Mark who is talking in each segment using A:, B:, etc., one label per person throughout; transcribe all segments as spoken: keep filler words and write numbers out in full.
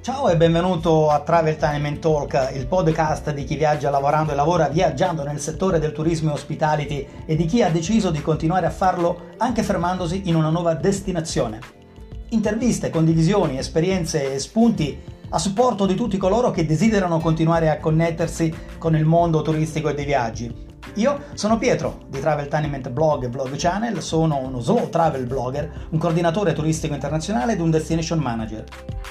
A: Ciao e benvenuto a Travel Time and Talk, il podcast di chi viaggia lavorando e lavora viaggiando nel settore del turismo e hospitality e di chi ha deciso di continuare a farlo anche fermandosi in una nuova destinazione. Interviste, condivisioni, esperienze e spunti a supporto di tutti coloro che desiderano continuare a connettersi con il mondo turistico e dei viaggi. Io sono Pietro di Travel Time and Blog e Blog Channel, sono uno slow travel blogger, un coordinatore turistico internazionale ed un destination manager.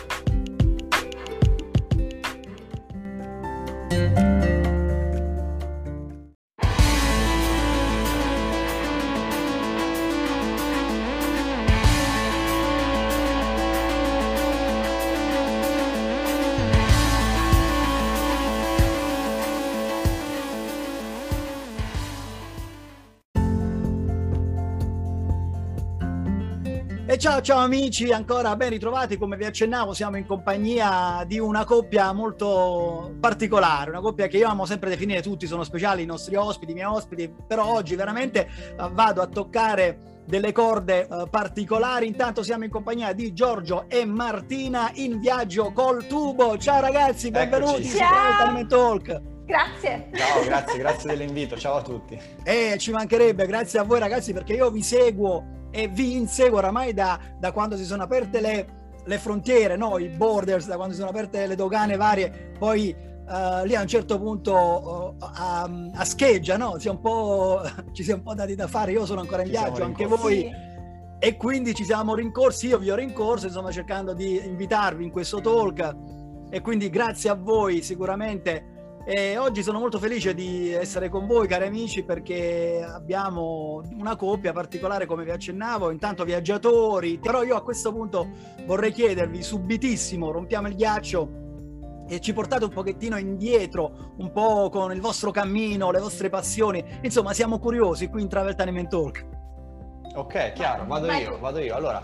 A: E ciao ciao amici, ancora ben ritrovati. Come vi accennavo, siamo in compagnia di una coppia molto particolare, una coppia che io amo sempre definire, tutti sono speciali, i nostri ospiti, i miei ospiti, però oggi veramente uh, vado a toccare delle corde uh, particolari. Intanto siamo in compagnia di Giorgio e Martina in viaggio col tubo. Ciao ragazzi, benvenuti su Travel Talk.
B: Grazie.
C: Ciao, grazie, grazie dell'invito, ciao a tutti.
A: E ci mancherebbe, grazie a voi ragazzi, perché io vi seguo e vi inseguo oramai da, da quando si sono aperte le, le frontiere, no? I borders, da quando si sono aperte le dogane varie, poi uh, lì a un certo punto uh, a, a scheggia, no? Si è un po', ci si è un po' dati da fare, io sono ancora in
C: ci
A: viaggio, anche
B: rincorsi.
A: voi, e quindi ci siamo rincorsi, io vi ho rincorso, insomma, cercando di invitarvi in questo talk, e quindi grazie a voi sicuramente. E oggi sono molto felice di essere con voi, cari amici, perché abbiamo una coppia particolare, come vi accennavo, intanto viaggiatori, però io a questo punto vorrei chiedervi subitissimo, rompiamo il ghiaccio e ci portate un pochettino indietro, un po' con il vostro cammino, le vostre passioni, insomma siamo curiosi qui in Travel Time and Talk.
C: Ok, chiaro, vado io, vado io. Allora,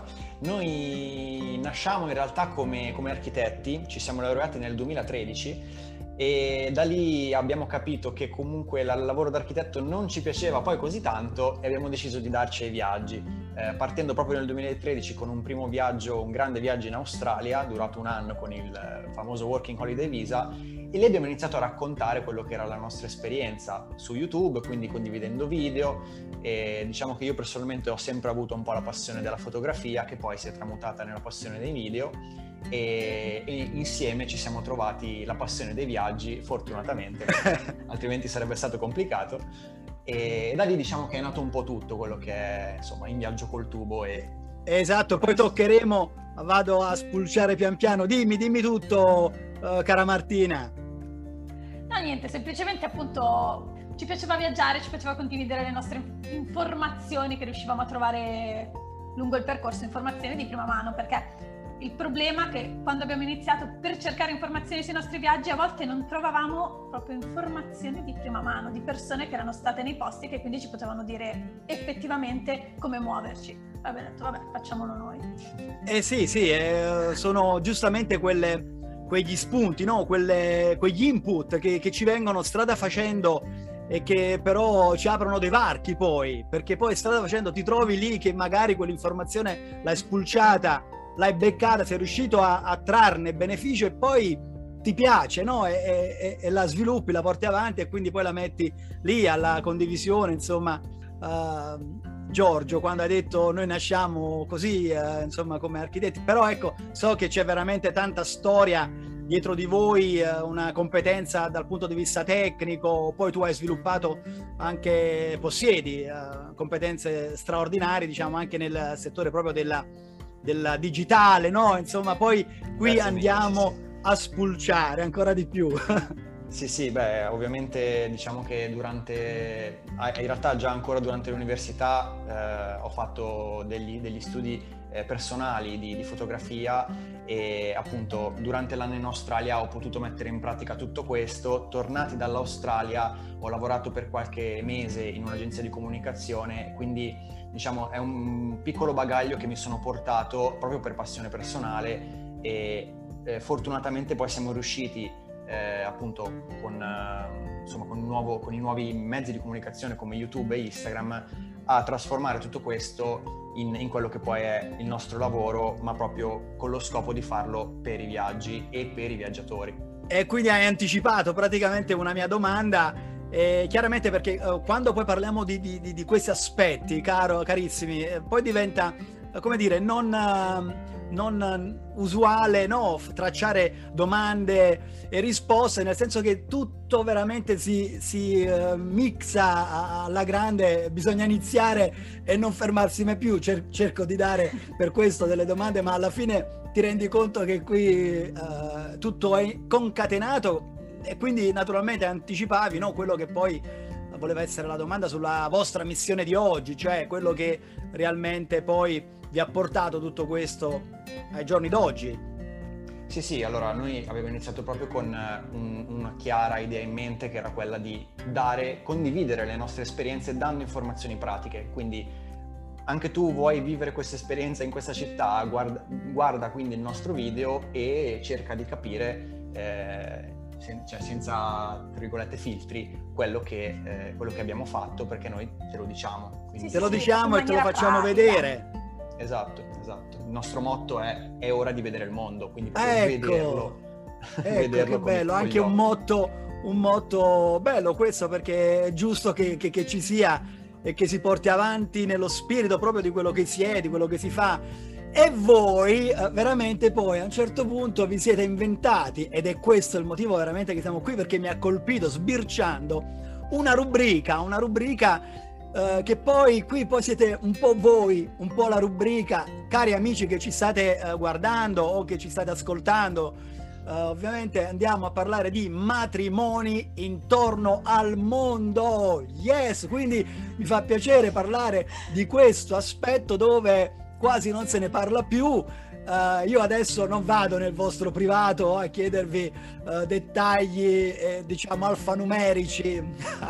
C: noi nasciamo in realtà come, come architetti, ci siamo laureati nel duemilatredici e da lì abbiamo capito che comunque il lavoro d'architetto non ci piaceva poi così tanto e abbiamo deciso di darci ai viaggi, eh, partendo proprio nel duemilatredici con un primo viaggio, un grande viaggio in Australia, durato un anno con il famoso Working Holiday Visa, e lì abbiamo iniziato a raccontare quello che era la nostra esperienza su YouTube, quindi condividendo video, e diciamo che io personalmente ho sempre avuto un po' la passione della fotografia, che poi si è tramutata nella passione dei video, e, e insieme ci siamo trovati la passione dei viaggi, fortunatamente, altrimenti sarebbe stato complicato, e da lì diciamo che è nato un po' tutto quello che è, insomma, In Viaggio col Tubo. E
A: esatto, poi toccheremo, vado a spulciare pian piano, dimmi, dimmi tutto, uh, cara Martina.
B: No, niente, semplicemente appunto ci piaceva viaggiare, ci piaceva condividere le nostre informazioni che riuscivamo a trovare lungo il percorso, informazioni di prima mano, perché il problema è che quando abbiamo iniziato per cercare informazioni sui nostri viaggi a volte non trovavamo proprio informazioni di prima mano, di persone che erano state nei posti e che quindi ci potevano dire effettivamente come muoverci. Abbiamo detto vabbè, facciamolo noi.
A: Eh sì, sì, eh, sono giustamente quelle, quegli spunti, no? Quelle, quegli input che, che ci vengono strada facendo e che però ci aprono dei varchi poi, perché poi strada facendo ti trovi lì che magari quell'informazione l'hai spulciata, l'hai beccata, sei riuscito a, a trarne beneficio e poi ti piace, no? E, e, e la sviluppi, la porti avanti e quindi poi la metti lì alla condivisione, insomma. Uh, Giorgio, quando hai detto noi nasciamo così, uh, insomma, come architetti, però ecco, so che c'è veramente tanta storia dietro di voi, uh, una competenza dal punto di vista tecnico, poi tu hai sviluppato anche, possiedi uh, competenze straordinarie, diciamo, anche nel settore proprio della del digitale, no? Insomma, poi qui Grazie andiamo mille, sì, sì. a spulciare ancora di più.
C: Sì, sì, beh, ovviamente diciamo che durante, in realtà già ancora durante l'università eh, ho fatto degli, degli studi eh, personali di, di fotografia e appunto durante l'anno in Australia ho potuto mettere in pratica tutto questo. Tornati dall'Australia ho lavorato per qualche mese in un'agenzia di comunicazione, quindi diciamo è un piccolo bagaglio che mi sono portato proprio per passione personale e eh, fortunatamente poi siamo riusciti Eh, appunto con, eh, insomma, con, un nuovo, con i nuovi mezzi di comunicazione come YouTube e Instagram a trasformare tutto questo in, in quello che poi è il nostro lavoro, ma proprio con lo scopo di farlo per i viaggi e per i viaggiatori.
A: E quindi hai anticipato praticamente una mia domanda, eh, chiaramente perché eh, quando poi parliamo di, di, di questi aspetti, caro, carissimi, eh, poi diventa, eh, come dire, non... Eh, non usuale, no, tracciare domande e risposte, nel senso che tutto veramente si, si uh, mixa alla grande, bisogna iniziare e non fermarsi mai più. Cer- cerco di dare per questo delle domande, ma alla fine ti rendi conto che qui uh, tutto è concatenato e quindi naturalmente anticipavi, no, quello che poi voleva essere la domanda sulla vostra missione di oggi, cioè quello che realmente poi vi ha portato tutto questo ai giorni d'oggi.
C: Sì, sì, allora noi avevamo iniziato proprio con un, una chiara idea in mente, che era quella di dare, condividere le nostre esperienze dando informazioni pratiche. Quindi anche tu vuoi vivere questa esperienza in questa città, guarda, guarda quindi il nostro video e cerca di capire, eh, sen- cioè senza, tra virgolette, filtri, quello che, eh, quello che abbiamo fatto, perché noi te lo diciamo. Quindi
A: Sì, te lo
B: sì,
A: diciamo e te lo facciamo
B: pratica.
A: vedere.
C: Esatto, esatto. Il nostro motto è è ora di vedere il mondo, quindi
A: Ecco,
C: vederlo.
A: ecco
C: vederlo
A: che bello,
C: con
A: anche
C: gli
A: un
C: occhi.
A: motto, un motto bello questo, perché è giusto che, che, che ci sia e che si porti avanti nello spirito proprio di quello che si è, di quello che si fa. E voi eh, veramente poi a un certo punto vi siete inventati, ed è questo il motivo veramente che siamo qui, perché mi ha colpito sbirciando una rubrica, una rubrica Uh, che poi qui poi siete un po' voi, un po' la rubrica, cari amici che ci state uh, guardando o che ci state ascoltando. Uh, ovviamente andiamo a parlare di matrimoni intorno al mondo. Yes, quindi mi fa piacere parlare di questo aspetto dove quasi non se ne parla più. Uh, io adesso non vado nel vostro privato a chiedervi uh, dettagli eh, diciamo alfanumerici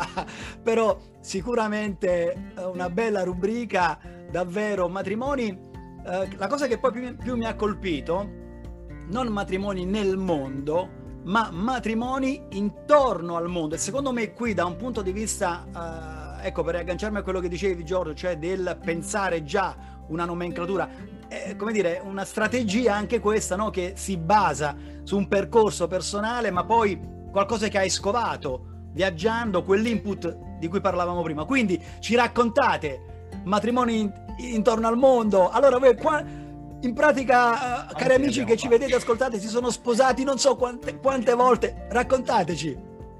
A: però sicuramente uh, una bella rubrica, davvero matrimoni. Uh, la cosa che poi più, più mi ha colpito, non matrimoni nel mondo ma matrimoni intorno al mondo, e secondo me qui da un punto di vista uh, ecco, per agganciarmi a quello che dicevi Giorgio, cioè del pensare già una nomenclatura, eh, come dire, una strategia anche questa, no? Che si basa su un percorso personale, ma poi qualcosa che hai scovato viaggiando, quell'input di cui parlavamo prima. Quindi ci raccontate matrimoni in, intorno al mondo. Allora voi qua, in pratica, uh, cari amici che ci vedete, ascoltate, si sono sposati non so quante, quante volte, raccontateci.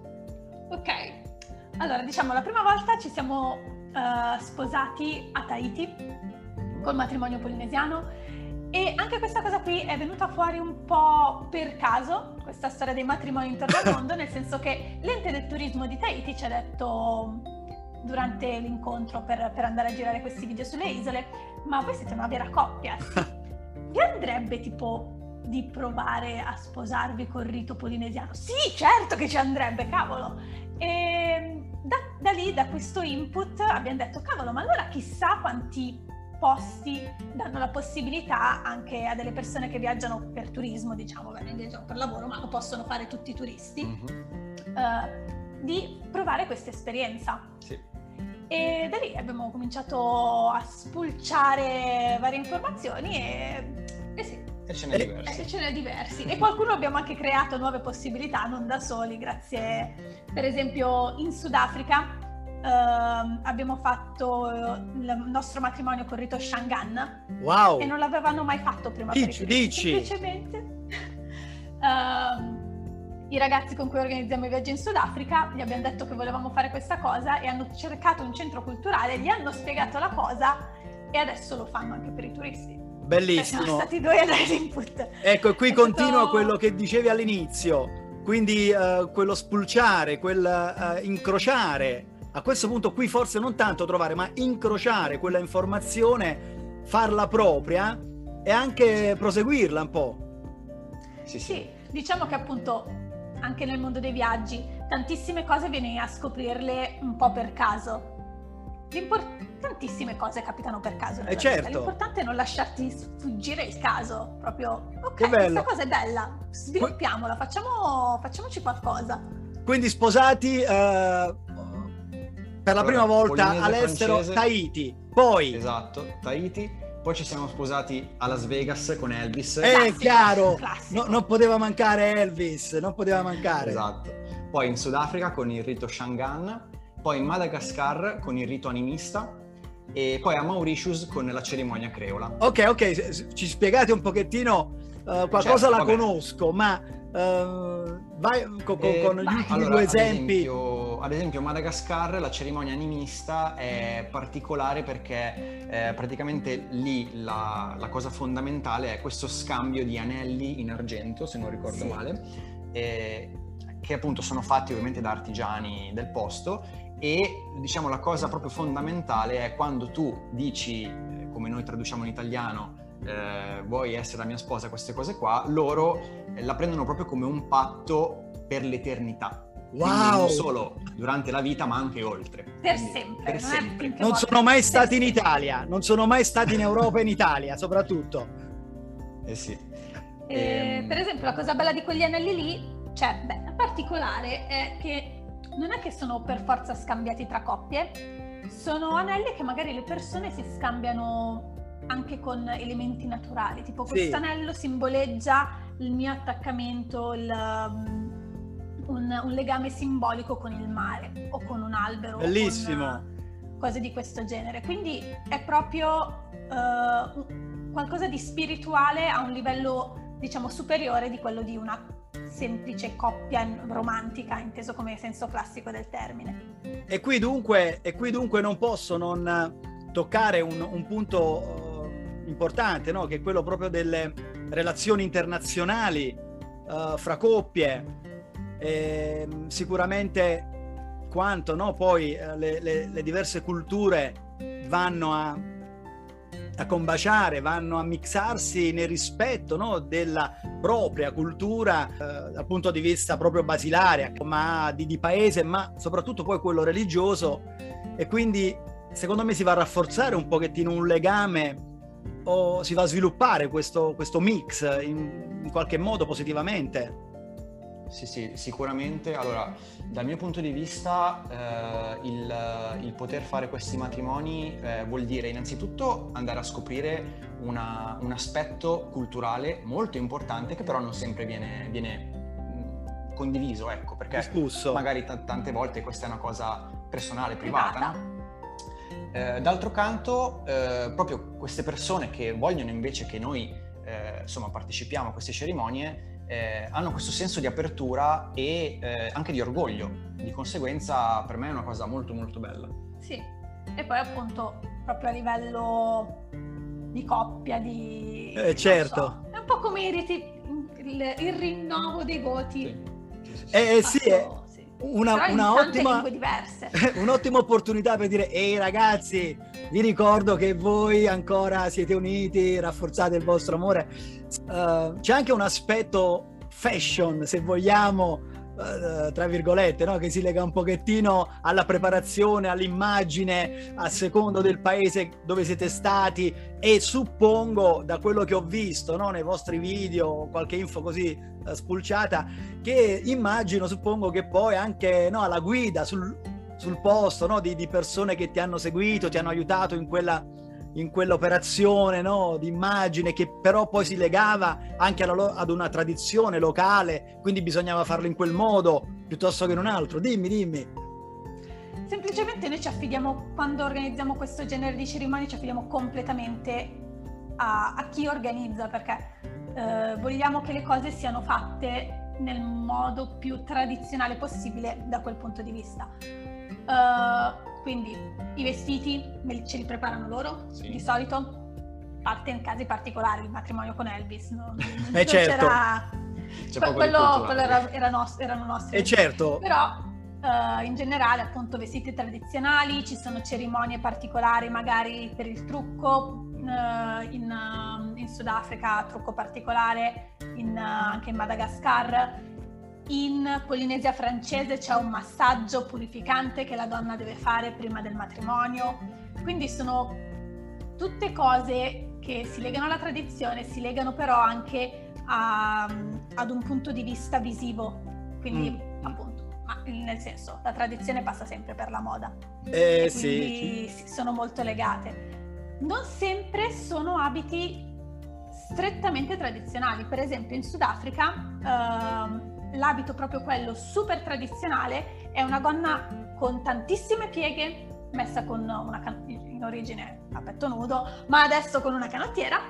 B: Ok, allora diciamo la prima volta ci siamo uh, sposati a Tahiti col matrimonio polinesiano, e anche questa cosa qui è venuta fuori un po' per caso, questa storia dei matrimoni intorno al mondo, nel senso che l'ente del turismo di Tahiti ci ha detto durante l'incontro per, per andare a girare questi video sulle isole: ma voi siete una vera coppia, vi andrebbe tipo di provare a sposarvi col rito polinesiano? Sì, certo che ci andrebbe, cavolo! E da, da lì, da questo input abbiamo detto: cavolo, ma allora chissà quanti posti danno la possibilità anche a delle persone che viaggiano per turismo, diciamo, beh, viaggiano per lavoro, ma lo possono fare tutti i turisti, mm-hmm. uh, di provare questa esperienza.
C: Sì.
B: E da lì abbiamo cominciato a spulciare varie informazioni e, e sì.
C: E ce n'è diversi.
B: E ce n'è diversi. E qualcuno abbiamo anche creato nuove possibilità, non da soli, grazie, per esempio in Sudafrica. Uh, abbiamo fatto uh, il nostro matrimonio con rito Shangan.
A: Wow!
B: E non l'avevano mai fatto prima.
A: Dici,
B: per i
A: dici.
B: Semplicemente uh, i ragazzi con cui organizziamo i viaggi in Sudafrica gli abbiamo detto che volevamo fare questa cosa e hanno cercato un centro culturale, gli hanno spiegato la cosa e adesso lo fanno anche per i turisti.
A: Bellissimo.
B: Cioè, siamo stati noi a dare l'input.
A: Ecco, qui
B: È
A: continua
B: stato...
A: quello che dicevi all'inizio, quindi uh, quello spulciare, quel uh, incrociare. A questo punto qui forse non tanto trovare, ma incrociare quella informazione, farla propria e anche proseguirla un po'.
C: Sì, sì.
B: Sì, diciamo che appunto anche nel mondo dei viaggi tantissime cose vieni a scoprirle un po' per caso. Tantissime cose capitano per caso nella
A: eh certo.
B: vita. L'importante è non lasciarti sfuggire il caso, proprio ok,
A: che bello.
B: Questa cosa è bella, sviluppiamola, facciamo, facciamoci qualcosa.
A: Quindi sposati, eh, per la prima
C: allora,
A: volta
C: Polinesia
A: all'estero,
C: francese,
A: Tahiti, poi...
C: Esatto, Tahiti, poi ci siamo sposati a Las Vegas con Elvis.
A: È
B: Classico,
A: chiaro,
B: classico.
A: no, non poteva mancare Elvis, non poteva mancare.
C: Esatto. Poi in Sudafrica con il rito Shangaan, poi in Madagascar con il rito animista e poi a Mauritius con la cerimonia creola.
A: Ok, ok, ci spiegate un pochettino, uh, qualcosa
C: Certo,
A: la
C: vabbè.
A: conosco, ma uh, vai con, con,
C: Eh,
A: con gli
B: vai.
A: ultimi
C: allora,
A: due
C: ad
A: esempi.
C: esempio, ad esempio, a Madagascar la cerimonia animista è particolare perché eh, praticamente lì la, la cosa fondamentale è questo scambio di anelli in argento, se non ricordo
A: Sì.
C: male, eh, che appunto sono fatti ovviamente da artigiani del posto e diciamo la cosa proprio fondamentale è quando tu dici, eh, come noi traduciamo in italiano, eh, vuoi essere la mia sposa, queste cose qua, loro eh, la prendono proprio come un patto per l'eternità. Quindi
A: Wow!
C: non solo durante la vita ma anche oltre.
B: Per
C: Quindi
B: sempre,
C: per
B: non è
C: sempre.
B: finché
A: Non
B: vuole.
A: sono mai
B: Per
A: stati in
B: sempre.
A: Italia, non sono mai stati in Europa e in Italia, soprattutto.
C: Eh sì.
B: Eh,
C: Ehm,
B: per esempio, la cosa bella di quegli anelli lì, cioè, beh, la particolare è che non è che sono per forza scambiati tra coppie, sono anelli che magari le persone si scambiano anche con elementi naturali, tipo
A: Sì.
B: questo anello simboleggia il mio attaccamento, il, um, un, un legame simbolico con il mare o con un albero, o
A: Bellissimo.
B: con uh, cose di questo genere. Quindi è proprio uh, un- qualcosa di spirituale a un livello, diciamo, superiore di quello di una semplice coppia romantica, inteso come senso classico del termine.
A: E qui dunque, e qui dunque non posso non toccare un, un punto uh, importante, no? Che è quello proprio delle relazioni internazionali uh, fra coppie. E, sicuramente quanto, no? Poi uh, le, le, le diverse culture vanno a, a combaciare, vanno a mixarsi nel rispetto, no? Della propria cultura uh, dal punto di vista proprio basilare, ma di, di paese, ma soprattutto poi quello religioso, e quindi secondo me si va a rafforzare un pochettino un legame o si va a sviluppare questo, questo mix in, in qualche modo positivamente.
C: Sì, sì, sicuramente. Allora, dal mio punto di vista, eh, il, il poter fare questi matrimoni eh, vuol dire innanzitutto andare a scoprire una, un aspetto culturale molto importante che però non sempre viene, viene mh, condiviso, ecco, perché
A: Discusso.
C: magari t- tante volte questa è una cosa personale, privata,
B: Privata.
C: no? Eh, d'altro canto, eh, proprio queste persone che vogliono invece che noi eh, insomma partecipiamo a queste cerimonie eh, hanno questo senso di apertura e eh, anche di orgoglio. Di conseguenza per me è una cosa molto molto bella.
B: Sì, e poi appunto proprio a livello di coppia, di...
A: Eh,
B: non
A: certo.
B: so, è un po' come i riti, il, il rinnovo dei voti.
C: Sì, sì, sì.
A: Eh, eh, sì, è
B: fatto, sì.
A: una,
B: Però in
A: una
B: tante
A: ottima...
B: lingue diverse.
A: un'ottima opportunità per dire: ehi ragazzi, vi ricordo che voi ancora siete uniti, rafforzate il vostro amore. Uh, c'è anche un aspetto fashion, se vogliamo, uh, tra virgolette, no? Che si lega un pochettino alla preparazione, all'immagine, a secondo del paese dove siete stati, e suppongo, da quello che ho visto, no? Nei vostri video, qualche info così uh, spulciata, che immagino, suppongo che poi anche, no, alla guida sul, sul posto, no, di, di persone che ti hanno seguito, ti hanno aiutato in quella, in quell'operazione, no, di immagine, che però poi si legava anche alla lo- ad una tradizione locale, quindi bisognava farlo in quel modo piuttosto che in un altro. Dimmi, dimmi.
B: Semplicemente noi ci affidiamo, quando organizziamo questo genere di cerimonie, ci affidiamo completamente a, a chi organizza, perché eh, vogliamo che le cose siano fatte nel modo più tradizionale possibile da quel punto di vista. Uh, quindi i vestiti me- ce li preparano loro,
C: Sì.
B: di solito, parte in casi particolari, il matrimonio con Elvis, no? Non
A: Eh, certo.
B: c'era...
C: C'è
B: que-
C: poco di
B: quello,
C: culturale.
B: quello era, era nos- erano nostri
A: E
B: vestiti.
A: certo,
B: Però uh, in generale appunto vestiti tradizionali, ci sono cerimonie particolari magari per il trucco, uh, in, uh, in Sudafrica trucco particolare, in, uh, anche in Madagascar. In Polinesia francese c'è un massaggio purificante che la donna deve fare prima del matrimonio, quindi sono tutte cose che si legano alla tradizione, si legano però anche a, ad un punto di vista visivo, quindi
A: Mm.
B: appunto ma nel senso, la tradizione passa sempre per la moda,
A: eh,
B: e
A: sì,
B: quindi
A: sì.
B: sono molto legate. Non sempre sono abiti strettamente tradizionali. Per esempio in Sudafrica ehm, l'abito proprio quello super tradizionale è una gonna con tantissime pieghe, messa con una can- in origine a petto nudo, ma adesso con una canottiera,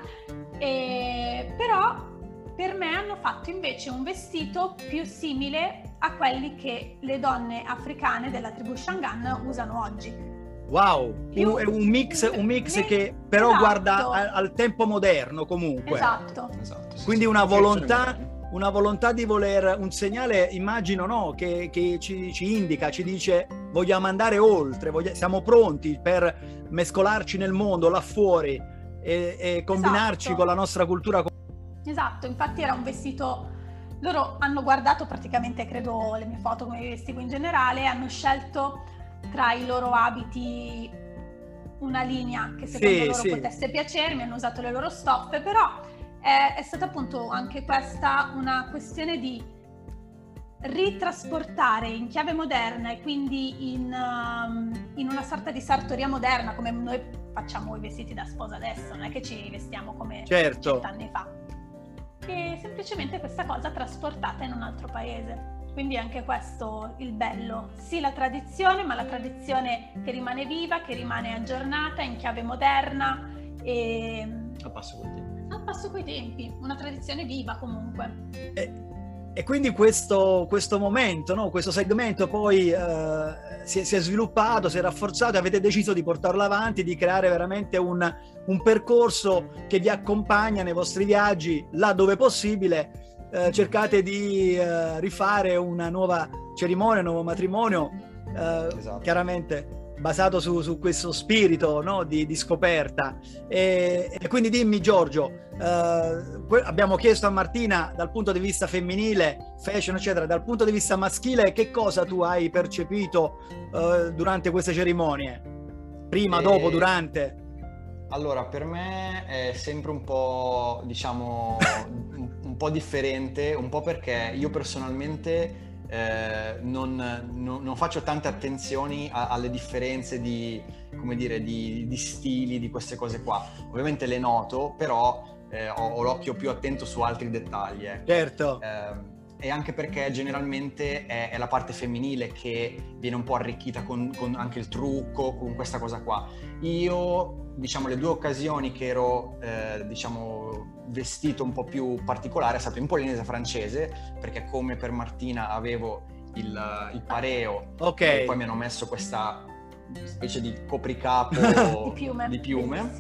B: e però per me hanno fatto invece un vestito più simile a quelli che le donne africane della tribù Shangan usano oggi.
A: Wow,
B: Più,
A: un, è un mix, un mix
B: ne-
A: che però
B: esatto.
A: guarda a- al tempo moderno comunque.
B: Esatto.
C: Esatto, sì,
A: Quindi
C: sì,
A: una
C: confezione
A: volontà,
C: moderna.
A: una volontà di voler, un segnale, immagino, no, che, che ci, ci indica, ci dice vogliamo andare oltre, voglia- siamo pronti per mescolarci nel mondo là fuori e, e combinarci
B: Esatto.
A: con la nostra cultura.
B: Esatto, infatti era un vestito, loro hanno guardato praticamente, credo, le mie foto come vestivo in generale, hanno scelto tra i loro abiti una linea che secondo
A: Sì,
B: loro
A: sì.
B: potesse piacermi, hanno usato le loro stoffe, però è, è stata appunto anche questa una questione di ritrasportare in chiave moderna e quindi in, um, in una sorta di sartoria moderna, come noi facciamo i vestiti da sposa adesso, non è che ci vestiamo come
A: Certo.
B: cent'anni fa. E semplicemente questa cosa trasportata in un altro paese. Quindi anche questo il bello. Sì, la tradizione, ma la tradizione che rimane viva, che rimane aggiornata, in chiave moderna e
C: A passo col tempo.
B: a passo coi tempi. Una tradizione viva comunque.
A: E, e quindi questo, questo momento, no, questo segmento poi eh, si, è, si è sviluppato, si è rafforzato e avete deciso di portarlo avanti, di creare veramente un, un percorso che vi accompagna nei vostri viaggi là dove possibile. Eh, cercate di eh, rifare una nuova cerimonia, un nuovo matrimonio, eh,
C: Esatto.
A: chiaramente basato su, su questo spirito, no, di, di scoperta. E, e quindi dimmi, Giorgio, eh, abbiamo chiesto a Martina dal punto di vista femminile, fashion eccetera, dal punto di vista maschile che cosa tu hai percepito eh, durante queste cerimonie? Prima,
C: E...
A: dopo, durante?
C: Allora, per me è sempre un po', diciamo, un, un po' differente, un po' perché io personalmente eh, non, non, non faccio tante attenzioni a, alle differenze di, come dire, di, di stili, di queste cose qua. Ovviamente le noto, però eh, ho, ho l'occhio più attento su altri dettagli. Ecco.
A: Certo.
C: Eh, e anche perché generalmente è, è la parte femminile che viene un po' arricchita con, con anche il trucco, con questa cosa qua. Io, diciamo, le due occasioni che ero, eh, diciamo, vestito un po' più particolare è stato in polinese francese, perché come per Martina avevo il, il pareo,
A: okay.
C: E poi mi hanno messo questa specie di copricapo
B: di piume,
C: di piume.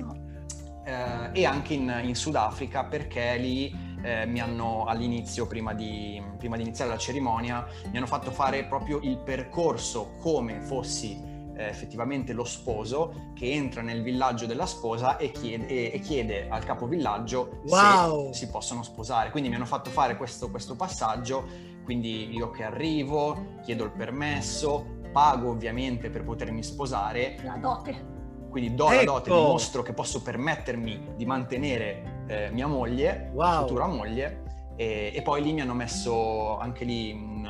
C: Eh, e anche in, in Sudafrica, perché lì eh, mi hanno all'inizio, prima di, prima di iniziare la cerimonia, mi hanno fatto fare proprio il percorso come fossi eh, effettivamente lo sposo che entra nel villaggio della sposa e chiede, e, e chiede al capovillaggio
A: wow.
C: se si possono sposare. Quindi mi hanno fatto fare questo, questo passaggio, quindi io che arrivo, chiedo il permesso, pago ovviamente per potermi sposare.
B: La dote.
C: Quindi do
A: ecco.
C: la dote, dimostro che posso permettermi di mantenere eh, mia moglie,
A: wow.
C: futura moglie, e, e poi lì mi hanno messo anche lì un,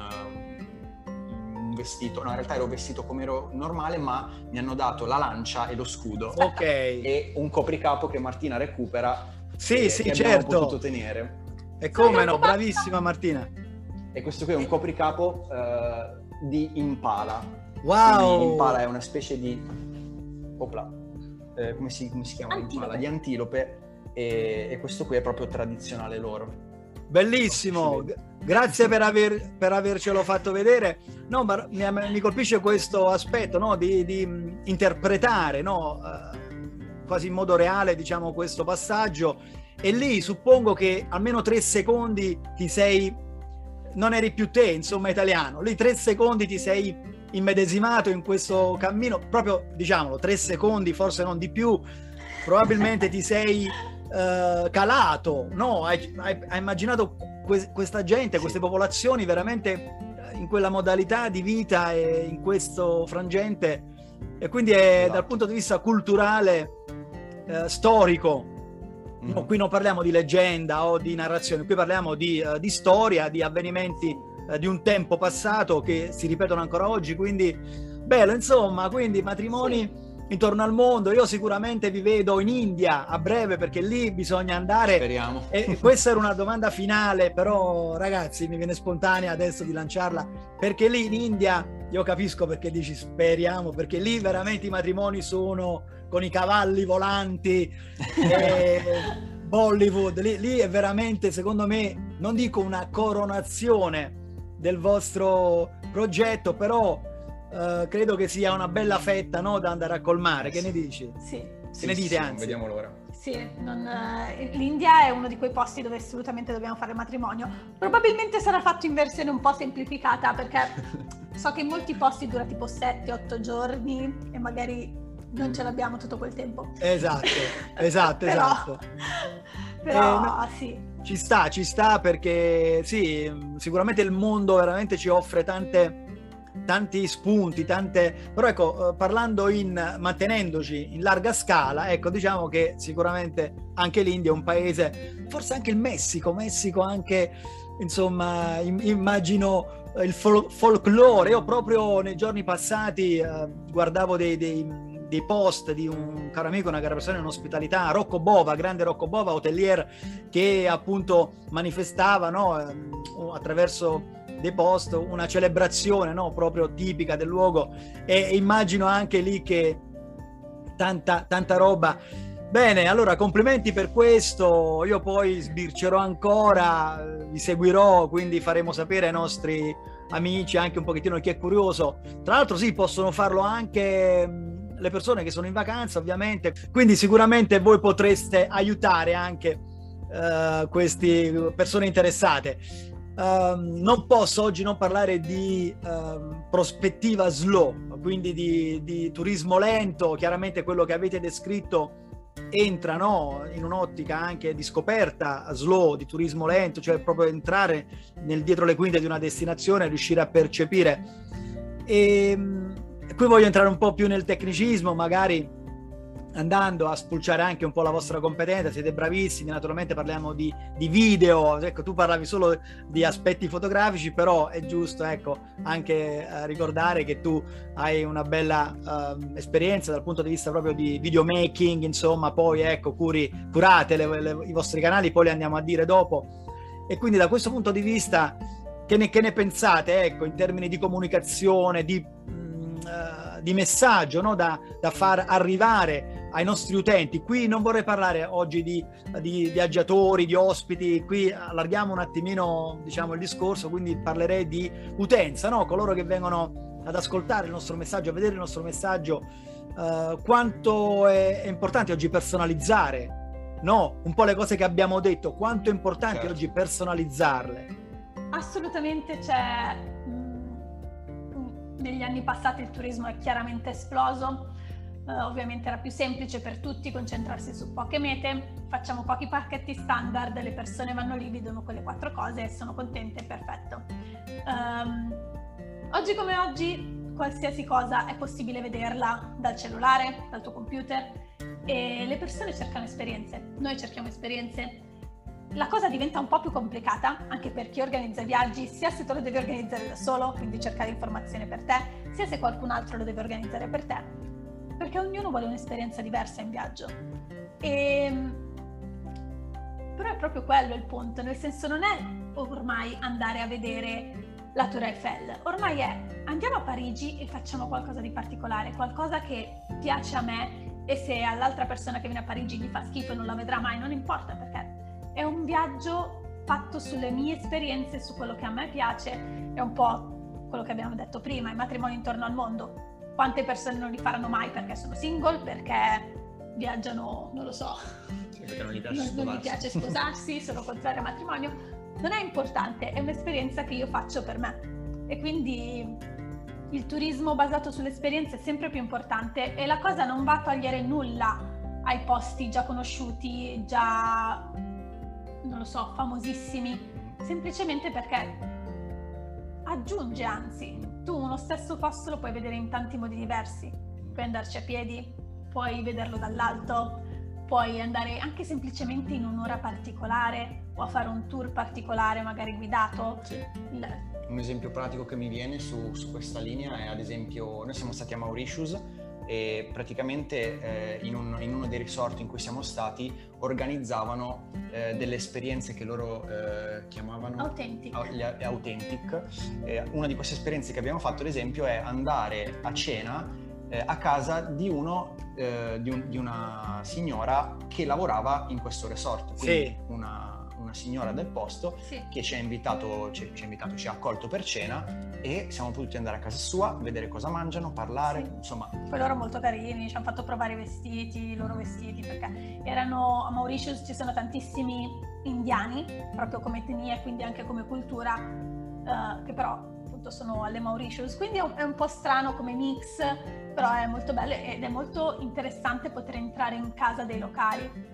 C: un vestito, no in realtà ero vestito come ero normale, ma mi hanno dato la lancia e lo scudo,
A: ok,
C: e un copricapo che Martina recupera,
A: sì,
C: che,
A: sì,
C: che
A: certo.
C: abbiamo potuto tenere.
A: E come no, bravissima Martina.
C: E questo qui è un copricapo eh, di impala.
A: Wow.
C: Quindi impala è una specie di... Opla, eh, come, si, come si chiama?
B: Antilope.
C: Di antilope, e, e questo qui è proprio tradizionale loro.
A: Bellissimo, grazie per, aver, per avercelo fatto vedere. No, ma mi, mi colpisce questo aspetto, no? di, di interpretare, no? uh, quasi in modo reale, diciamo, questo passaggio. E lì suppongo che almeno tre secondi ti sei, non eri più te, insomma, italiano, lì tre secondi ti sei immedesimato in questo cammino, proprio, diciamolo, tre secondi, forse non di più, probabilmente ti sei uh, calato, no? Hai, hai, hai immaginato que- questa gente,
C: sì.
A: queste popolazioni veramente in quella modalità di vita e in questo frangente, e quindi è,
C: esatto.
A: Dal punto di vista culturale, uh, storico, mm-hmm. no, qui non parliamo di leggenda o di narrazione, qui parliamo di, uh, di storia, di avvenimenti eh, di un tempo passato che si ripetono ancora oggi, quindi bello, insomma, quindi matrimoni sì. intorno al mondo. Io sicuramente vi vedo in India a breve, perché lì bisogna andare.
C: Speriamo.
A: E questa era una domanda finale, però ragazzi mi viene spontanea adesso di lanciarla, perché lì in India, io capisco perché dici speriamo, perché lì veramente i matrimoni sono con i cavalli volanti e Bollywood, lì, lì è veramente, secondo me, non dico una coronazione del vostro progetto, però Uh, credo che sia una bella fetta, no, da andare a colmare. Che ne dici?
B: Sì.
A: Che
C: sì,
A: ne dite,
C: sì,
A: anzi?
C: Vediamo l'ora.
B: Sì, non, uh, l'India è uno di quei posti dove assolutamente dobbiamo fare il matrimonio. Probabilmente sarà fatto in versione un po' semplificata, perché so che in molti posti dura tipo sette otto giorni e magari non ce l'abbiamo tutto quel tempo.
A: Esatto, esatto,
B: però,
A: esatto.
B: Però
A: eh, no,
B: sì.
A: Ci sta, ci sta, perché sì, sicuramente il mondo veramente ci offre tante... tanti spunti, tante, però ecco, parlando in, mantenendoci in larga scala, ecco, diciamo che sicuramente anche l'India è un paese, forse anche il Messico, Messico anche, insomma, immagino il fol- folklore. Io proprio nei giorni passati eh, guardavo dei, dei, dei post di un caro amico, una cara persona in ospitalità, Rocco Bova, grande Rocco Bova, hotelier, che appunto manifestava, no, attraverso dei post una celebrazione, no, proprio tipica del luogo, e immagino anche lì che tanta tanta roba. Bene, allora complimenti per questo, io poi sbircerò ancora, vi seguirò, quindi faremo sapere ai nostri amici anche un pochettino chi è curioso. Tra l'altro sì, possono farlo anche le persone che sono in vacanza, ovviamente, quindi sicuramente voi potreste aiutare anche uh, queste persone interessate. Uh, non posso oggi non parlare di uh, prospettiva slow, quindi di, di turismo lento. Chiaramente quello che avete descritto entra, no, in un'ottica anche di scoperta slow, di turismo lento, cioè proprio entrare nel dietro le quinte di una destinazione, riuscire a percepire. E qui voglio entrare un po' più nel tecnicismo, magari andando a spulciare anche un po' la vostra competenza. Siete bravissimi, naturalmente parliamo di, di video, ecco, tu parlavi solo di aspetti fotografici, però è giusto, ecco, anche eh, ricordare che tu hai una bella uh, esperienza dal punto di vista proprio di videomaking, insomma, poi ecco, curi, curate le, le, i vostri canali, poi li andiamo a dire dopo, e quindi da questo punto di vista che ne, che ne pensate, ecco, in termini di comunicazione, di, mh, uh, di messaggio, no, da, da far arrivare ai nostri utenti. Qui non vorrei parlare oggi di, di viaggiatori, di ospiti, qui allarghiamo un attimino, diciamo, il discorso, quindi parlerei di utenza, no? Coloro che vengono ad ascoltare il nostro messaggio, a vedere il nostro messaggio. Uh, quanto è, è importante oggi personalizzare, no? Un po' le cose che abbiamo detto, quanto è importante certo. oggi personalizzarle.
B: Assolutamente, c'è negli anni passati il turismo è chiaramente esploso. Uh, ovviamente era più semplice per tutti concentrarsi su poche mete, facciamo pochi pacchetti standard, le persone vanno lì, vedono quelle quattro cose e sono contente, perfetto. Um, oggi come oggi qualsiasi cosa è possibile vederla dal cellulare, dal tuo computer, e le persone cercano esperienze, noi cerchiamo esperienze. La cosa diventa un po' più complicata anche per chi organizza viaggi, sia se te lo devi organizzare da solo, quindi cercare informazioni per te, sia se qualcun altro lo deve organizzare per te, perché ognuno vuole un'esperienza diversa in viaggio. E... però è proprio quello il punto, nel senso non è ormai andare a vedere la Tour Eiffel, ormai è andiamo a Parigi e facciamo qualcosa di particolare, qualcosa che piace a me, e se all'altra persona che viene a Parigi gli fa schifo e non la vedrà mai, non importa, perché è un viaggio fatto sulle mie esperienze, su quello che a me piace. È un po' quello che abbiamo detto prima, i matrimoni intorno al mondo. Quante persone non li faranno mai perché sono single, perché viaggiano, non lo so,
C: sì, perché non gli piace
B: non,
C: sposarsi,
B: non gli piace sposarsi, sono contrari al matrimonio. Non è importante, è un'esperienza che io faccio per me, e quindi il turismo basato sulle esperienze è sempre più importante, e la cosa non va a togliere nulla ai posti già conosciuti, già, non lo so, famosissimi, semplicemente perché aggiunge, anzi, tu uno stesso posto lo puoi vedere in tanti modi diversi, puoi andarci a piedi, puoi vederlo dall'alto, puoi andare anche semplicemente in un'ora particolare o a fare un tour particolare magari guidato. Sì.
C: un esempio pratico che mi viene su, su questa linea è, ad esempio, noi siamo stati a Mauritius e praticamente eh, in, un, in uno dei resort in cui siamo stati organizzavano eh, delle esperienze che loro eh, chiamavano
B: Authentic.
C: Au- authentic. Eh, una di queste esperienze che abbiamo fatto, ad esempio, è andare a cena eh, a casa di uno eh, di, un, di una signora che lavorava in questo resort, quindi
A: Sì.
C: una una signora del posto
B: Sì.
C: che ci ha invitato, ci, ci ha invitato, ci ha accolto per cena e siamo potuti andare a casa sua, vedere cosa mangiano, parlare,
B: Sì.
C: insomma.
B: Poi loro molto carini, ci hanno fatto provare i vestiti, i loro vestiti, perché erano a Mauritius, ci sono tantissimi indiani, proprio come etnia, quindi anche come cultura, eh, che però appunto sono alle Mauritius, quindi è un, è un po' strano come mix, però è molto bello ed è molto interessante poter entrare in casa dei locali.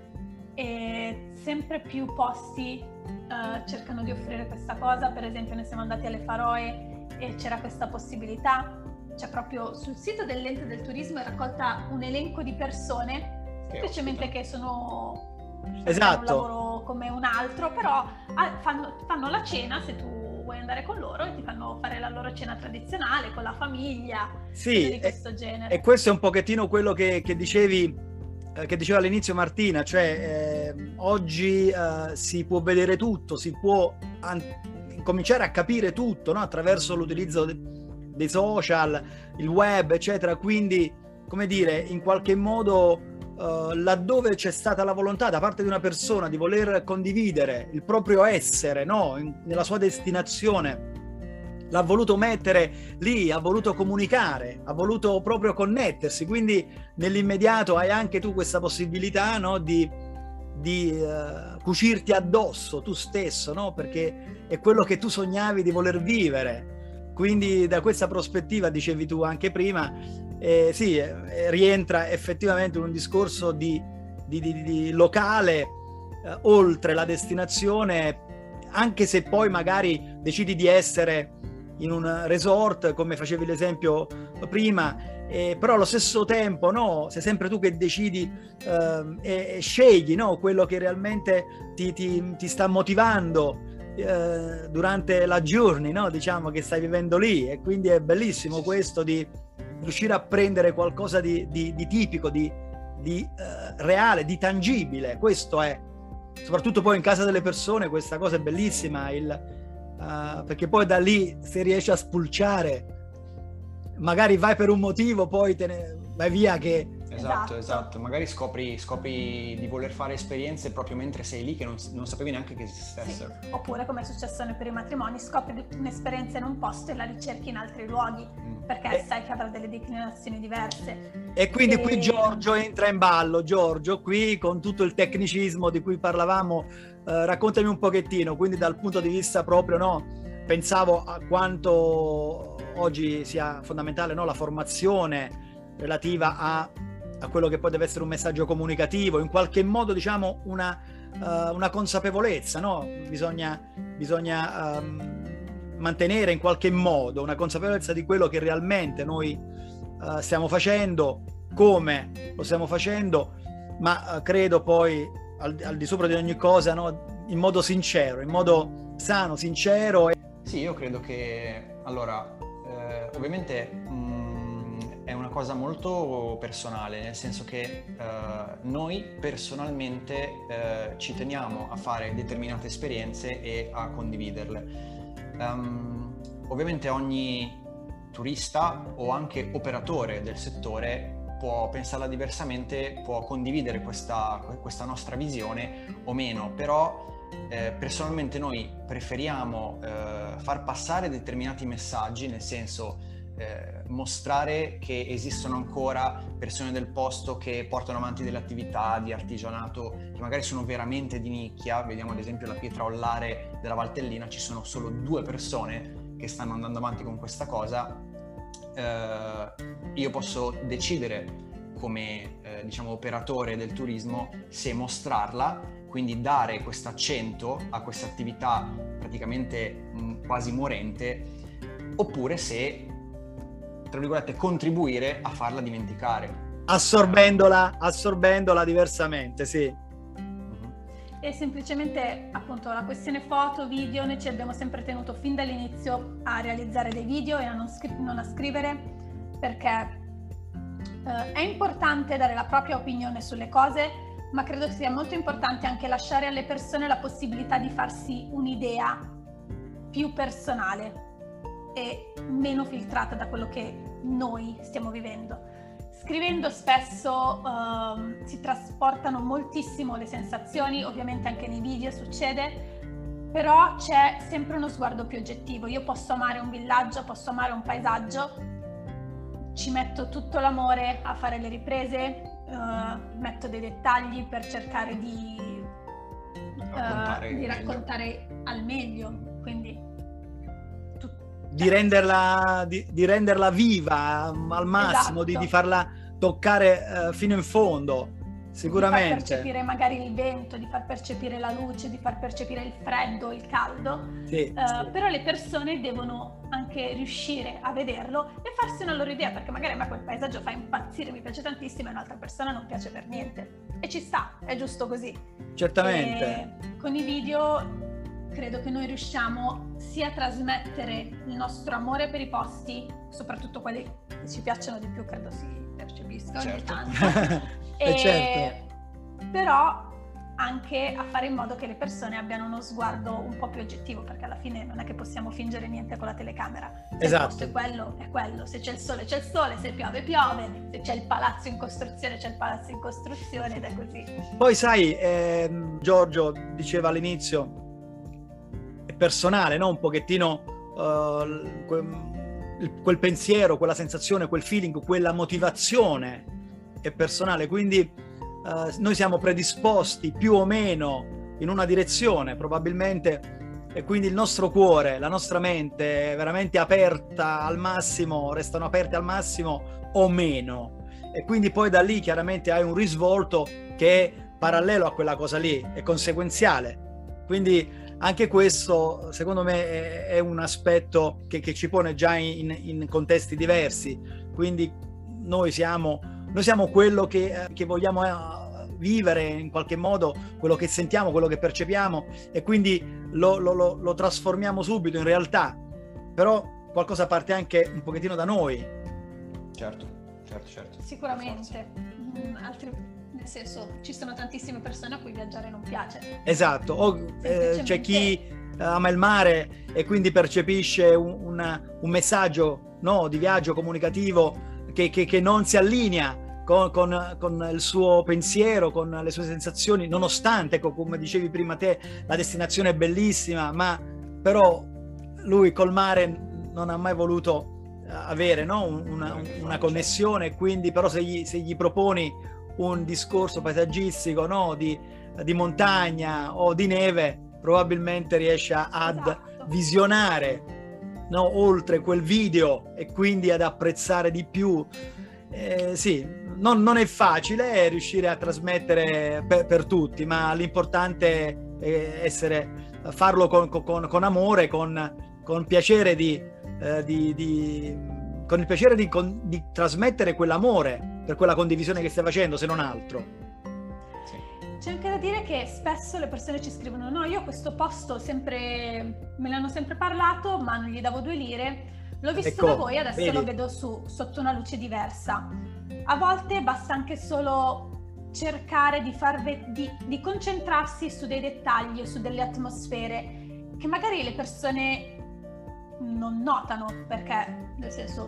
B: E sempre più posti uh, cercano di offrire questa cosa. Per esempio noi siamo andati alle Faroe e c'era questa possibilità, c'è proprio sul sito dell'ente del turismo è raccolta un elenco di persone che semplicemente che sono
A: esatto.
B: un lavoro come un altro, però ah, fanno, fanno la cena se tu vuoi andare con loro e ti fanno fare la loro cena tradizionale con la famiglia,
A: sì,
B: di questo
A: e,
B: genere.
A: E questo è un pochettino quello che, che dicevi che diceva all'inizio Martina, cioè eh, oggi eh, si può vedere tutto, si può an- cominciare a capire tutto, no? Attraverso l'utilizzo de- dei social, il web, eccetera. Quindi, come dire, in qualche modo eh, laddove c'è stata la volontà da parte di una persona di voler condividere il proprio essere, no? In- nella sua destinazione, l'ha voluto mettere lì, ha voluto comunicare, ha voluto proprio connettersi, quindi nell'immediato hai anche tu questa possibilità, no, di, di uh, cucirti addosso tu stesso, no, perché è quello che tu sognavi di voler vivere. Quindi da questa prospettiva, dicevi tu anche prima, eh, sì, eh, rientra effettivamente in un discorso di, di, di, di locale eh, oltre la destinazione, anche se poi magari decidi di essere in un resort, come facevi l'esempio prima, eh, però allo stesso tempo, no, sei sempre tu che decidi eh, e, e scegli, no, quello che realmente ti, ti, ti sta motivando eh, durante la journey, no, diciamo, che stai vivendo lì. E quindi è bellissimo questo di riuscire a prendere qualcosa di, di, di tipico, di, di eh, reale, di tangibile. Questo è, soprattutto poi in casa delle persone, questa cosa è bellissima, il Uh, perché poi da lì, se riesci a spulciare, magari vai per un motivo, poi te ne vai via che...
C: Esatto,
B: esatto,
C: esatto. Magari scopri, scopri di voler fare esperienze proprio mentre sei lì che non, non sapevi neanche che esistessero.
B: Sì. Oppure, come è successo per i matrimoni, scopri un'esperienza in un posto e la ricerchi in altri luoghi, mm. perché eh. sai che avrà delle declinazioni diverse.
A: E quindi
B: e...
A: qui Giorgio entra in ballo. Giorgio, qui con tutto il tecnicismo di cui parlavamo, eh, raccontami un pochettino, quindi dal punto di vista proprio, no, pensavo a quanto oggi sia fondamentale, no, la formazione relativa a a quello che poi deve essere un messaggio comunicativo, in qualche modo, diciamo, una, uh, una consapevolezza, no? Bisogna, bisogna um, mantenere in qualche modo una consapevolezza di quello che realmente noi uh, stiamo facendo, come lo stiamo facendo, ma uh, credo poi al, al di sopra di ogni cosa, no? In modo sincero, in modo sano, sincero. E...
C: Sì, io credo che, allora, eh, ovviamente... Mh, è una cosa molto personale, nel senso che uh, noi personalmente uh, ci teniamo a fare determinate esperienze e a condividerle. Um, ovviamente ogni turista o anche operatore del settore può pensarla diversamente, può condividere questa, questa nostra visione o meno, però eh, personalmente noi preferiamo eh, far passare determinati messaggi, nel senso Eh, mostrare che esistono ancora persone del posto che portano avanti delle attività di artigianato che magari sono veramente di nicchia. Vediamo ad esempio la pietra ollare della Valtellina, ci sono solo due persone che stanno andando avanti con questa cosa. Eh, io posso decidere come eh, diciamo operatore del turismo se mostrarla, quindi dare questo accento a questa attività praticamente mh, quasi morente, oppure se, tra virgolette, contribuire a farla dimenticare.
A: Assorbendola, assorbendola diversamente, sì.
B: e semplicemente appunto la questione foto, video, noi ci abbiamo sempre tenuto fin dall'inizio a realizzare dei video e a non, scri- non a scrivere, perché eh, è importante dare la propria opinione sulle cose, ma credo sia molto importante anche lasciare alle persone la possibilità di farsi un'idea più personale e meno filtrata da quello che noi stiamo vivendo. Scrivendo spesso um, si trasportano moltissimo le sensazioni, ovviamente anche nei video succede, però c'è sempre uno sguardo più oggettivo. Io posso amare un villaggio, posso amare un paesaggio, ci metto tutto l'amore a fare le riprese, uh, metto dei dettagli per cercare di raccontare, uh, di raccontare al meglio, quindi
A: Di renderla, di, di renderla viva al massimo,
B: esatto.
A: di, di farla toccare uh, fino in fondo, sicuramente.
B: Di far percepire magari il vento, di far percepire la luce, di far percepire il freddo, il caldo.
A: Sì,
B: uh,
A: sì.
B: Però le persone devono anche riuscire a vederlo e farsi una loro idea, perché magari a me quel paesaggio fa impazzire, mi piace tantissimo e un'altra persona non piace per niente. E ci sta, è giusto così.
A: Certamente.
B: E con i video credo che noi riusciamo sia a trasmettere il nostro amore per i posti, soprattutto quelli che ci piacciono di più, credo si percepisca ogni
C: certo.
B: tanto, e
A: e certo.
B: però anche a fare in modo che le persone abbiano uno sguardo un po' più oggettivo, perché alla fine non è che possiamo fingere niente con la telecamera. Se
A: esatto.
B: il posto è quello, è quello, se c'è il sole c'è il sole, se piove piove, se c'è il palazzo in costruzione c'è il palazzo in costruzione, ed è così.
A: Poi sai, ehm, Giorgio diceva all'inizio, personale, no? Un pochettino uh, quel, quel pensiero, quella sensazione, quel feeling, quella motivazione è personale, quindi uh, noi siamo predisposti più o meno in una direzione probabilmente, e quindi il nostro cuore, la nostra mente è veramente aperta al massimo, restano aperte al massimo o meno, e quindi poi da lì chiaramente hai un risvolto che è parallelo a quella cosa lì, è conseguenziale, quindi anche questo secondo me è, è un aspetto che, che ci pone già in, in contesti diversi, quindi noi siamo, noi siamo quello che, che vogliamo eh, vivere in qualche modo, quello che sentiamo, quello che percepiamo, e quindi lo, lo, lo, lo trasformiamo subito in realtà, però qualcosa parte anche un pochettino da noi.
C: Certo, certo, certo.
B: Sicuramente. Mm, altri... Nel senso, ci sono tantissime persone a cui viaggiare non piace.
A: Esatto, o eh, c'è chi ama il mare e quindi percepisce un, una, un messaggio, no, di viaggio comunicativo che, che, che non si allinea con, con, con il suo pensiero, con le sue sensazioni, nonostante, come dicevi prima te, la destinazione è bellissima, ma però lui col mare non ha mai voluto avere, no, una, una connessione, quindi però se gli, se gli proponi un discorso paesaggistico, no, di, di montagna o di neve, probabilmente riesce ad
B: esatto.
A: visionare, no, oltre quel video e quindi ad apprezzare di più. Eh, sì, non, non è facile riuscire a trasmettere per, per tutti, ma l'importante è essere, farlo con, con, con amore, con, con piacere di, eh, di, di con il piacere di, con, di trasmettere quell'amore per quella condivisione che stai facendo, se non altro.
B: Sì. C'è anche da dire che spesso le persone ci scrivono: no, io questo posto sempre me l'hanno sempre parlato, ma non gli davo due lire, l'ho visto
A: ecco,
B: da voi, adesso
A: vedi?
B: lo vedo su, sotto una luce diversa. A volte basta anche solo cercare di, far ve- di, di concentrarsi su dei dettagli o su delle atmosfere che magari le persone non notano, perché nel senso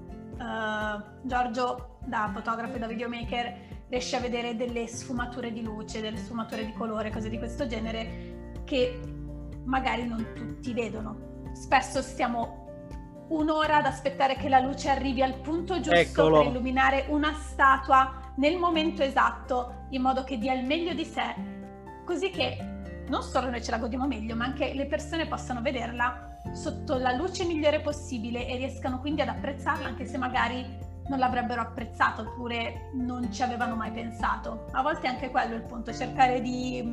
B: uh, Giorgio da fotografo e da videomaker riesce a vedere delle sfumature di luce, delle sfumature di colore, cose di questo genere che magari non tutti vedono. Spesso stiamo un'ora ad aspettare che la luce arrivi al punto giusto
A: Eccolo.
B: per illuminare una statua nel momento esatto, in modo che dia il meglio di sé, così che non solo noi ce la godiamo meglio, ma anche le persone possano vederla sotto la luce migliore possibile e riescano quindi ad apprezzarla, anche se magari non l'avrebbero apprezzato oppure non ci avevano mai pensato. A volte anche quello è il punto, cercare di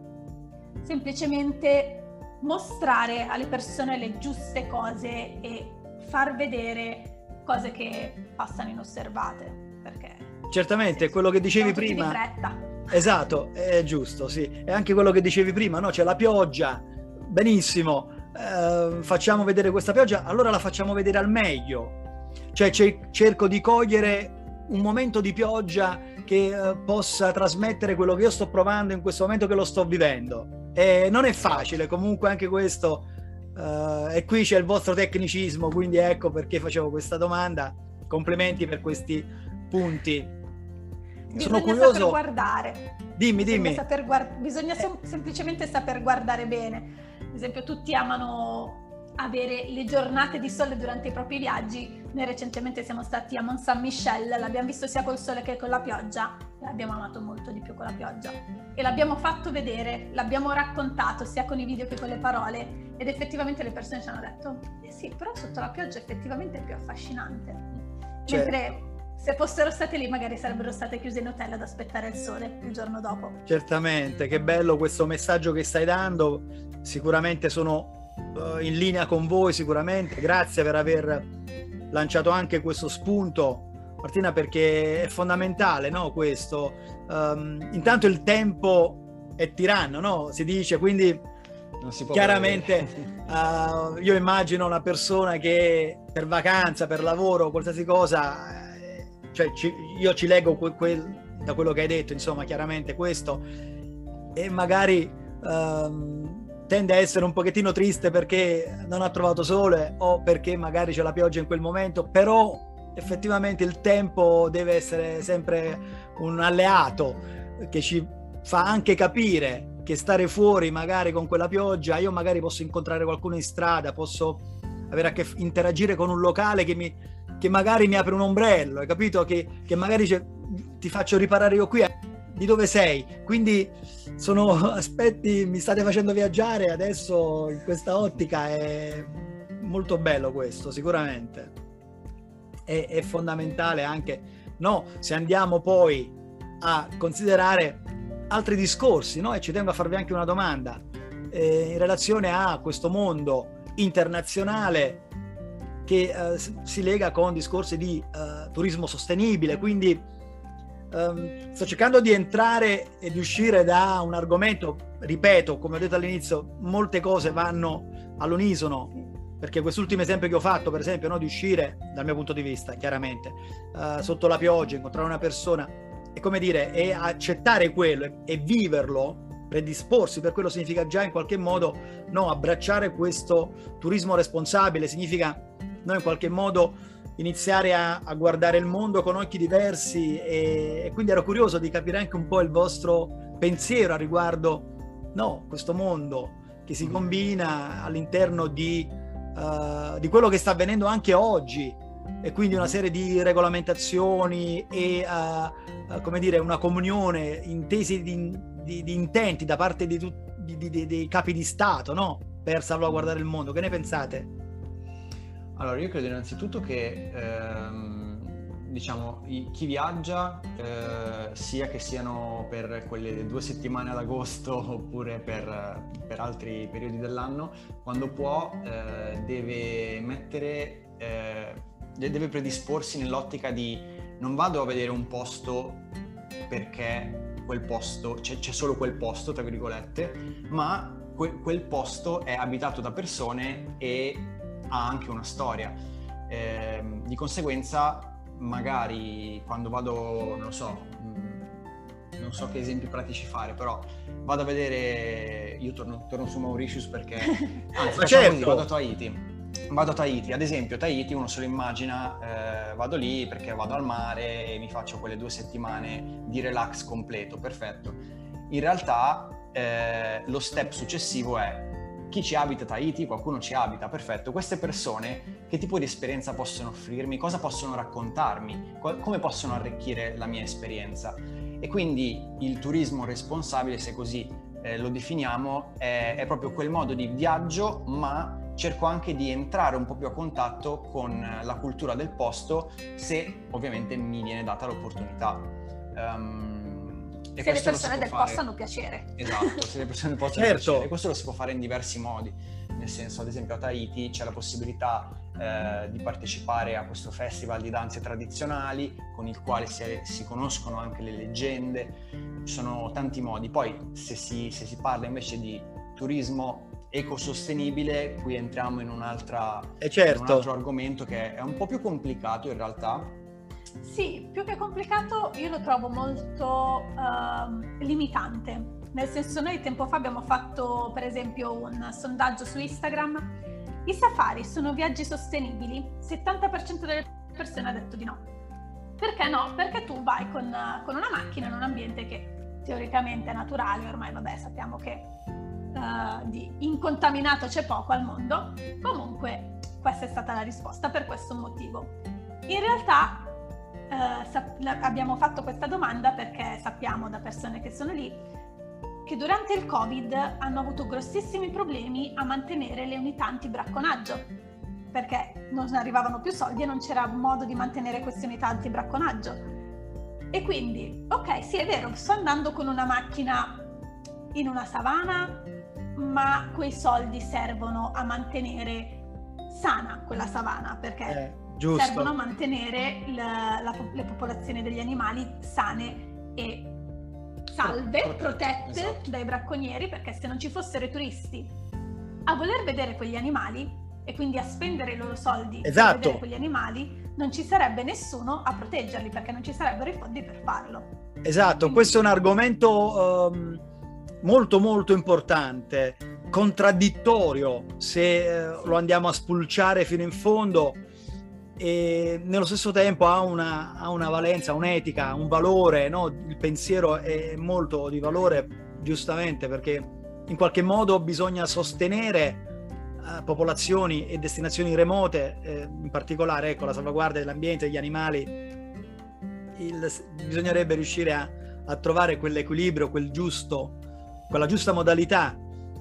B: mh, semplicemente mostrare alle persone le giuste cose e far vedere cose che passano inosservate, perché
A: certamente quello che dicevi prima,
B: di fretta.
A: Esatto, è giusto, sì. E anche quello che dicevi prima, no? C'è la pioggia, benissimo, eh, facciamo vedere questa pioggia, allora la facciamo vedere al meglio. Cioè cerco di cogliere un momento di pioggia che eh, possa trasmettere quello che io sto provando in questo momento, che lo sto vivendo. E non è facile, comunque anche questo, eh, e qui c'è il vostro tecnicismo, quindi ecco perché facevo questa domanda. Complimenti per questi punti.
B: Bisogna
A: Sono curioso.
B: saper guardare.
A: Dimmi,
B: bisogna
A: dimmi.
B: Saper guard... Bisogna sem- semplicemente saper guardare bene. Ad esempio, tutti amano avere le giornate di sole durante i propri viaggi. Noi recentemente siamo stati a Mont Saint-Michel, l'abbiamo visto sia col sole che con la pioggia, e l'abbiamo amato molto di più con la pioggia. E l'abbiamo fatto vedere, l'abbiamo raccontato sia con i video che con le parole, ed effettivamente le persone ci hanno detto eh sì, però sotto la pioggia effettivamente è più affascinante.
A: Certo.
B: Mentre se fossero state lì magari sarebbero state chiuse in hotel ad aspettare il sole il giorno dopo.
A: Certamente, che bello questo messaggio che stai dando, sicuramente sono uh, in linea con voi, sicuramente, grazie per aver lanciato anche questo spunto, Martina, perché è fondamentale, no, questo. Um, intanto il tempo è tiranno, no? Si dice, quindi
C: non si può
A: chiaramente uh, io immagino una persona che per vacanza, per lavoro, qualsiasi cosa, cioè ci, io ci leggo que, quel, da quello che hai detto, insomma, chiaramente questo, e magari um, tende a essere un pochettino triste perché non ha trovato sole o perché magari c'è la pioggia in quel momento, però effettivamente il tempo deve essere sempre un alleato che ci fa anche capire che stare fuori magari con quella pioggia, io magari posso incontrare qualcuno in strada, posso avere a che interagire con un locale che mi che magari mi apre un ombrello, hai capito? Che, che magari ti faccio riparare io qui, di dove sei? Quindi sono aspetti, mi state facendo viaggiare adesso in questa ottica, è molto bello questo, sicuramente. È, è fondamentale anche, no, se andiamo poi a considerare altri discorsi, no? E ci tengo a farvi anche una domanda, eh, in relazione a questo mondo internazionale che uh, si lega con discorsi di uh, turismo sostenibile, quindi um, sto cercando di entrare e di uscire da un argomento, ripeto, come ho detto all'inizio, molte cose vanno all'unisono, perché quest'ultimo esempio che ho fatto, per esempio, no, di uscire, dal mio punto di vista, chiaramente, uh, sotto la pioggia, incontrare una persona, è come dire, e accettare quello e, e viverlo, predisporsi per quello significa già in qualche modo, no, abbracciare questo turismo responsabile, significa no, in qualche modo iniziare a, a guardare il mondo con occhi diversi, e, e quindi ero curioso di capire anche un po' il vostro pensiero a riguardo, no, questo mondo che si combina all'interno di, uh, di quello che sta avvenendo anche oggi, e quindi una serie di regolamentazioni e uh, uh, come dire, una comunione, intesi di, di, di intenti da parte di, di, di, di, dei capi di Stato, no, per salvaguardare il mondo. Che ne pensate?
C: Allora, io credo innanzitutto che ehm, diciamo i, chi viaggia, eh, sia che siano per quelle due settimane ad agosto oppure per, per altri periodi dell'anno, quando può eh, deve mettere, eh, deve predisporsi nell'ottica di non vado a vedere un posto perché quel posto, c'è, c'è solo quel posto, tra virgolette, ma que, quel posto è abitato da persone e ha anche una storia, eh, di conseguenza magari quando vado, non lo so, mh, non so che esempi pratici fare, però vado a vedere, io torno, torno su Mauritius perché, anzi,
A: Ma certo.
C: così, vado a Tahiti, vado a Tahiti, ad esempio Tahiti uno se lo immagina, eh, vado lì perché vado al mare e mi faccio quelle due settimane di relax completo, perfetto. In realtà eh, lo step successivo è: chi ci abita a Tahiti? Qualcuno ci abita, perfetto. Queste persone che tipo di esperienza possono offrirmi? Cosa possono raccontarmi? Come possono arricchire la mia esperienza? E quindi il turismo responsabile, se così eh, lo definiamo, è, è proprio quel modo di viaggio, ma cerco anche di entrare un po' più a contatto con la cultura del posto, se ovviamente mi viene data l'opportunità. Um, E
B: se le persone del
C: fare...
B: posto hanno piacere.
C: Esatto, se le persone del posto
A: certo.
C: hanno piacere. E questo lo si può fare in diversi modi, nel senso, ad esempio a Tahiti c'è la possibilità eh, di partecipare a questo festival di danze tradizionali con il quale si, si conoscono anche le leggende, ci sono tanti modi. Poi se si, se si parla invece di turismo ecosostenibile, qui entriamo in un'altra
A: eh certo.
C: in un altro argomento che è un po' più complicato in realtà.
B: Sì, più che complicato io lo trovo molto uh, limitante, nel senso, noi tempo fa abbiamo fatto per esempio un sondaggio su Instagram: i safari sono viaggi sostenibili? settanta per cento delle persone ha detto di no. Perché no? Perché tu vai con, con una macchina in un ambiente che teoricamente è naturale, ormai vabbè sappiamo che uh, di incontaminato c'è poco al mondo. Comunque questa è stata la risposta per questo motivo. In realtà Uh, sap- abbiamo fatto questa domanda perché sappiamo da persone che sono lì che durante il Covid hanno avuto grossissimi problemi a mantenere le unità antibracconaggio, perché non arrivavano più soldi e non c'era modo di mantenere queste unità antibracconaggio. E quindi, ok, sì, è vero, sto andando con una macchina in una savana, ma quei soldi servono a mantenere sana quella savana, perché
A: eh. Giusto.
B: servono a mantenere la, la, le popolazioni degli animali sane e salve,
C: Protette,
B: protette
C: esatto.
B: dai bracconieri, perché se non ci fossero i turisti a voler vedere quegli animali e quindi a spendere i loro soldi
A: esatto.
B: per vedere quegli animali, non ci sarebbe nessuno a proteggerli, perché non ci sarebbero i fondi per farlo.
A: Esatto, quindi... questo è un argomento um, molto molto importante, contraddittorio se uh, lo andiamo a spulciare fino in fondo. E nello stesso tempo ha una, ha una valenza, un'etica, un valore, no? Il pensiero è molto di valore, giustamente, perché in qualche modo bisogna sostenere uh, popolazioni e destinazioni remote, eh, in particolare ecco, la salvaguardia dell'ambiente, degli animali. Il, bisognerebbe riuscire a, a trovare quell'equilibrio, quel giusto, quella giusta modalità.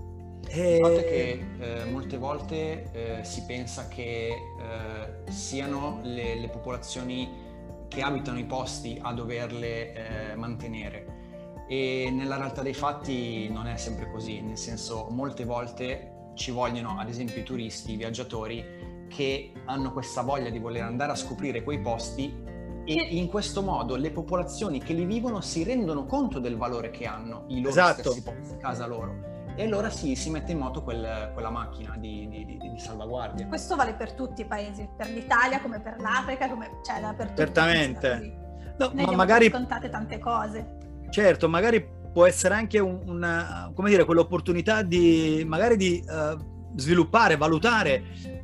C: Il fatto è che eh, molte volte eh, si pensa che eh, siano le, le popolazioni che abitano i posti a doverle eh, mantenere, e nella realtà dei fatti non è sempre così, nel senso, molte volte ci vogliono ad esempio i turisti, i viaggiatori che hanno questa voglia di voler andare a scoprire quei posti, e in questo modo le popolazioni che li vivono si rendono conto del valore che hanno i loro
A: esatto.
C: stessi posti, casa loro. E allora sì, si mette in moto quel, quella macchina di, di, di, di salvaguardia.
B: Questo vale per tutti i paesi, per l'Italia come per l'Africa, come, cioè dappertutto.
A: Certamente. No,
B: Noi
A: ma magari
B: scontate tante cose.
A: Certo, magari può essere anche un, una, come dire, quell'opportunità di magari di uh, sviluppare, valutare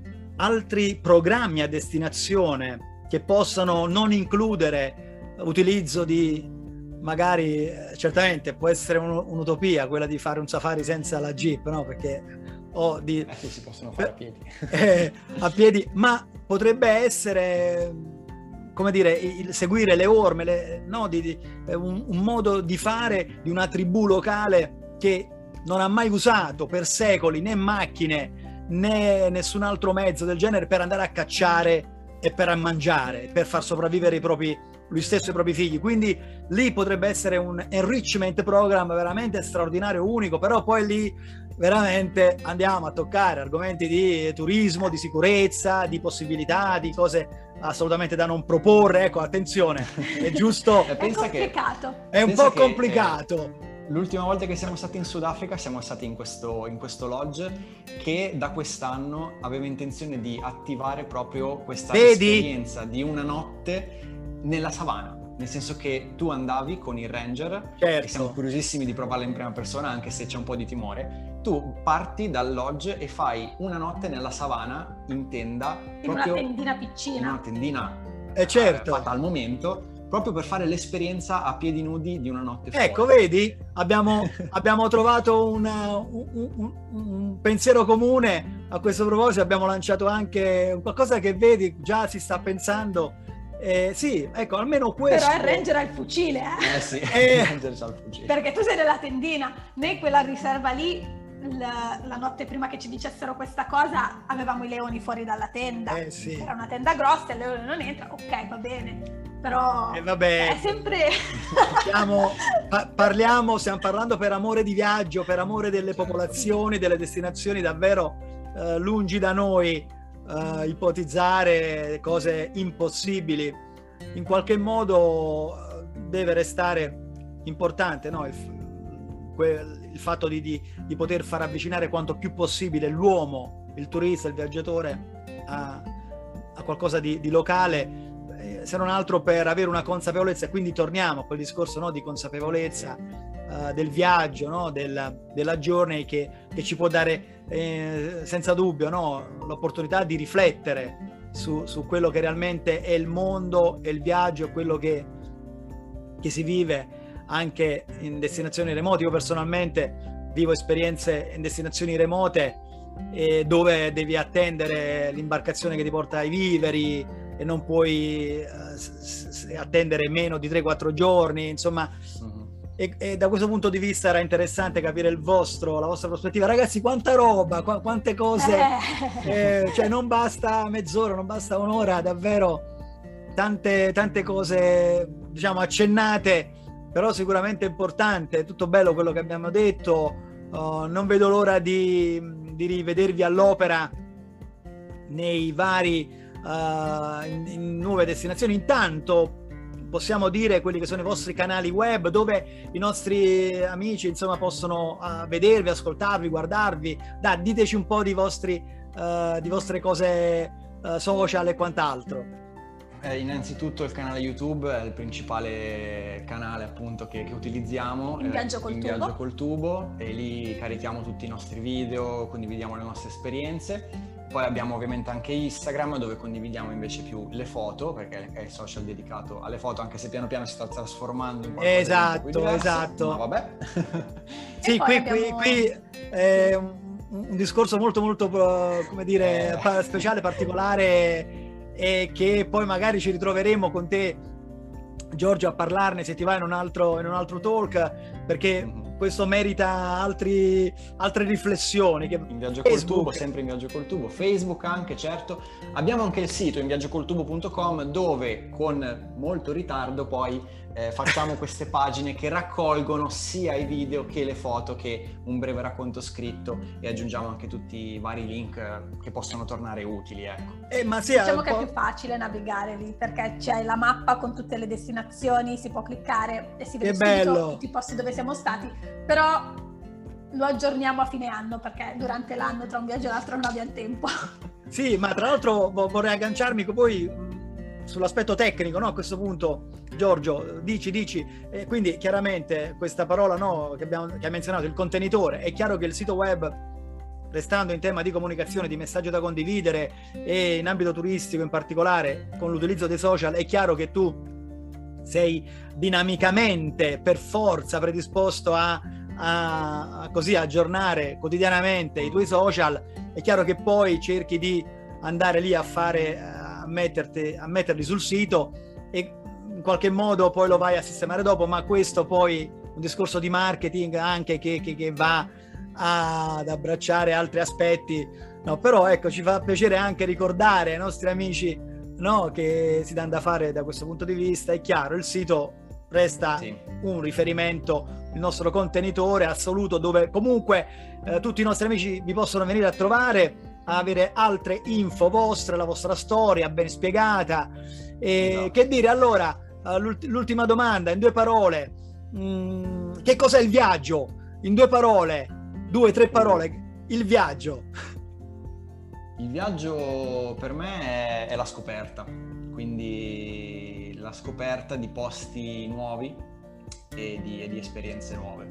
A: altri programmi a destinazione che possano non includere utilizzo di magari, certamente può essere un, un'utopia quella di fare un safari senza la Jeep, no? Perché o di
C: eh sì, si possono fare a piedi.
A: eh, a piedi, ma potrebbe essere, come dire, il, seguire le orme, le, no? di, di, un, un modo di fare di una tribù locale che non ha mai usato per secoli né macchine né nessun altro mezzo del genere per andare a cacciare e per mangiare, per far sopravvivere i propri lui stesso e i propri figli. Quindi lì potrebbe essere un enrichment program veramente straordinario, unico, però poi lì veramente andiamo a toccare argomenti di turismo, di sicurezza, di possibilità, di cose assolutamente da non proporre. Ecco, attenzione, è giusto.
B: È complicato.
A: È un
C: pensa
A: po'
C: che,
A: complicato.
C: Eh, l'ultima volta che siamo stati in Sudafrica siamo stati in questo, in questo lodge che da quest'anno aveva intenzione di attivare proprio questa
A: Vedi?
C: esperienza di una notte nella savana, nel senso che tu andavi con il ranger,
A: certo.
C: e siamo curiosissimi di provarla in prima persona anche se c'è un po' di timore. Tu parti dal lodge e fai una notte nella savana in tenda,
B: in
C: proprio
B: una tendina piccina,
C: in una tendina
A: eh, certo.
C: fatta al momento, proprio per fare l'esperienza a piedi nudi di una notte fuori.
A: Ecco, vedi? Abbiamo, abbiamo trovato una, un, un, un pensiero comune a questo proposito, abbiamo lanciato anche qualcosa che vedi, già si sta pensando. Eh, sì, ecco, almeno questo.
B: Però il ranger ha il fucile, eh?
C: Eh sì,
A: eh.
C: il ranger c'ha il fucile.
B: Perché tu sei nella tendina, noi quella riserva lì, la, la notte prima che ci dicessero questa cosa, avevamo i leoni fuori dalla tenda.
A: Eh sì.
B: Era una tenda grossa, il leone non entra, ok, va bene. però
A: eh, vabbè,
B: è sempre...
A: Stiamo, pa- parliamo, stiamo parlando per amore di viaggio, per amore delle popolazioni, delle destinazioni, davvero eh, lungi da noi eh, ipotizzare cose impossibili. In qualche modo eh, deve restare importante, no? il, quel, il fatto di, di, di poter far avvicinare quanto più possibile l'uomo, il turista, il viaggiatore a, a qualcosa di, di locale, se non altro per avere una consapevolezza. E quindi torniamo a quel discorso, no, di consapevolezza uh, del viaggio, no, del, della journey che, che ci può dare eh, senza dubbio, no, l'opportunità di riflettere su, su quello che realmente è il mondo e il viaggio, quello che, che si vive anche in destinazioni remote. Io personalmente vivo esperienze in destinazioni remote eh, dove devi attendere l'imbarcazione che ti porta ai viveri e non puoi eh, s- s- attendere meno di tre quattro giorni, insomma. Uh-huh. e, e da questo punto di vista era interessante capire il vostro, la vostra prospettiva. Ragazzi, quanta roba, qu- quante cose, eh. Eh, cioè non basta mezz'ora, non basta un'ora, davvero tante, tante cose, diciamo, accennate, però sicuramente importante. Tutto bello quello che abbiamo detto, uh, non vedo l'ora di, di rivedervi all'opera nei vari Uh, in, in nuove destinazioni. Intanto possiamo dire quelli che sono i vostri canali web dove i nostri amici, insomma, possono uh, vedervi, ascoltarvi, guardarvi. Dai, diteci un po' di vostri uh, di vostre cose uh, social e quant'altro.
C: Eh, innanzitutto il canale YouTube è il principale canale, appunto, che, che utilizziamo.
B: In viaggio col
C: in
B: tubo.
C: Viaggio col tubo, e lì carichiamo tutti i nostri video, condividiamo le nostre esperienze. Poi abbiamo ovviamente anche Instagram, dove condividiamo invece più le foto, perché è il social dedicato alle foto, anche se piano piano si sta trasformando in qualcosa
A: esatto,
C: di un po' più diverso,
A: esatto.
C: ma vabbè.
A: Sì, qui,
B: abbiamo...
A: qui, qui è un, un discorso molto molto, come dire,
C: eh.
A: speciale, particolare, e che poi magari ci ritroveremo con te, Giorgio, a parlarne se ti va in un altro, in un altro talk, perché mm-hmm. questo merita altri, altre riflessioni. Che
C: in Viaggio col Tubo, sempre in Viaggio col Tubo, Facebook anche, certo. Abbiamo anche il sito in viaggio col tubo punto com, dove con molto ritardo poi eh, facciamo queste pagine che raccolgono sia i video che le foto, che un breve racconto scritto, e aggiungiamo anche tutti i vari link che possono tornare utili, ecco.
A: Eh, ma sì,
B: diciamo che è più facile navigare lì, perché c'è la mappa con tutte le destinazioni, si può cliccare e si vede subito tutti i posti dove siamo stati, però lo aggiorniamo a fine anno, perché durante l'anno tra un viaggio e l'altro non abbiamo tempo.
A: Sì, ma tra l'altro vorrei agganciarmi poi sull'aspetto tecnico, no? A questo punto, Giorgio, dici, dici, e quindi chiaramente questa parola, no, che, abbiamo, che hai menzionato, il contenitore, è chiaro che il sito web, restando in tema di comunicazione, di messaggio da condividere, e in ambito turistico in particolare, con l'utilizzo dei social, è chiaro che tu sei dinamicamente, per forza, predisposto a, a, a così aggiornare quotidianamente i tuoi social. È chiaro che poi cerchi di andare lì a fare, a, metterti, a metterli sul sito, e in qualche modo poi lo vai a sistemare dopo, ma questo poi un discorso di marketing anche che, che, che va ad abbracciare altri aspetti, no? Però ecco, ci fa piacere anche ricordare ai nostri amici, no, che si danno da fare da questo punto di vista. È chiaro, il sito resta sì. un riferimento, il nostro contenitore assoluto, dove comunque eh, tutti i nostri amici vi possono venire a trovare, a avere altre info vostre, la vostra storia ben spiegata. E no. Che dire, allora, l'ultima domanda, in due parole, mh, che cos'è il viaggio? In due parole, due, tre parole, il viaggio.
C: Il viaggio per me è, è la scoperta, quindi la scoperta di posti nuovi e di, e di esperienze nuove.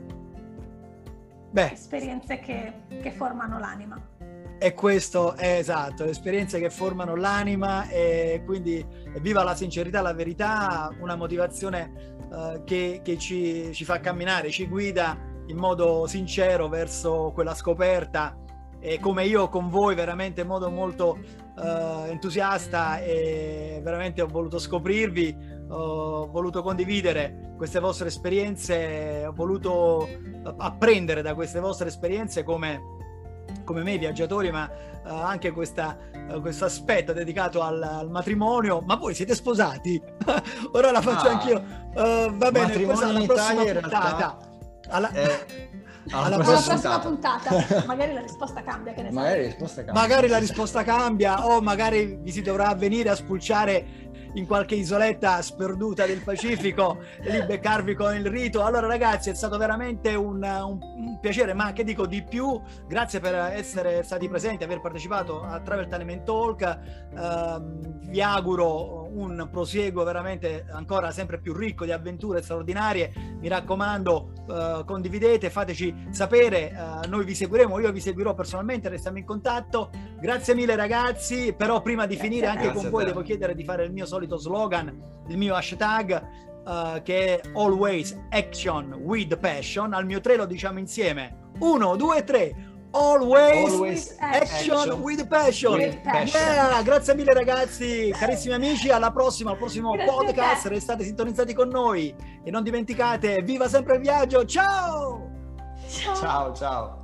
A: Beh,
B: esperienze che, che formano l'anima.
A: E questo è esatto, esperienze che formano l'anima, e quindi viva la sincerità, la verità, una motivazione uh, che, che ci, ci fa camminare, ci guida in modo sincero verso quella scoperta. E come io con voi, veramente in modo molto uh, entusiasta, e veramente ho voluto scoprirvi, ho voluto condividere queste vostre esperienze, ho voluto apprendere da queste vostre esperienze come come me viaggiatori, ma uh, anche questa, uh, questo aspetto dedicato al, al matrimonio. Ma voi siete sposati? Ora la faccio ah, anch'io. Uh, va bene, questa è la prossima puntata. Alla...
C: Eh...
B: Alla, alla prossima, prossima puntata magari la risposta cambia, che ne
C: magari, la risposta cambia.
A: magari la risposta cambia o magari vi si dovrà venire a spulciare in qualche isoletta sperduta del Pacifico e lì beccarvi con il rito. Allora ragazzi, è stato veramente un, un, un piacere, ma che dico di più, grazie per essere stati presenti, aver partecipato a Travel Time and Talk. Uh, vi auguro un prosieguo veramente ancora sempre più ricco di avventure straordinarie. Mi raccomando, uh, condividete, fateci sapere, uh, noi vi seguiremo, io vi seguirò personalmente, restiamo in contatto. Grazie mille ragazzi, però prima di grazie finire anche con voi devo chiedere di fare il mio solito slogan, il mio hashtag, uh, che è Always Action with Passion. Al mio tre lo diciamo insieme: uno, due, tre. Always, Always action, action with passion. With passion. Yeah, grazie mille ragazzi, carissimi amici, alla prossima, al prossimo grazie podcast, restate sintonizzati con noi e non dimenticate, viva sempre il viaggio. Ciao!
C: Ciao, ciao. ciao.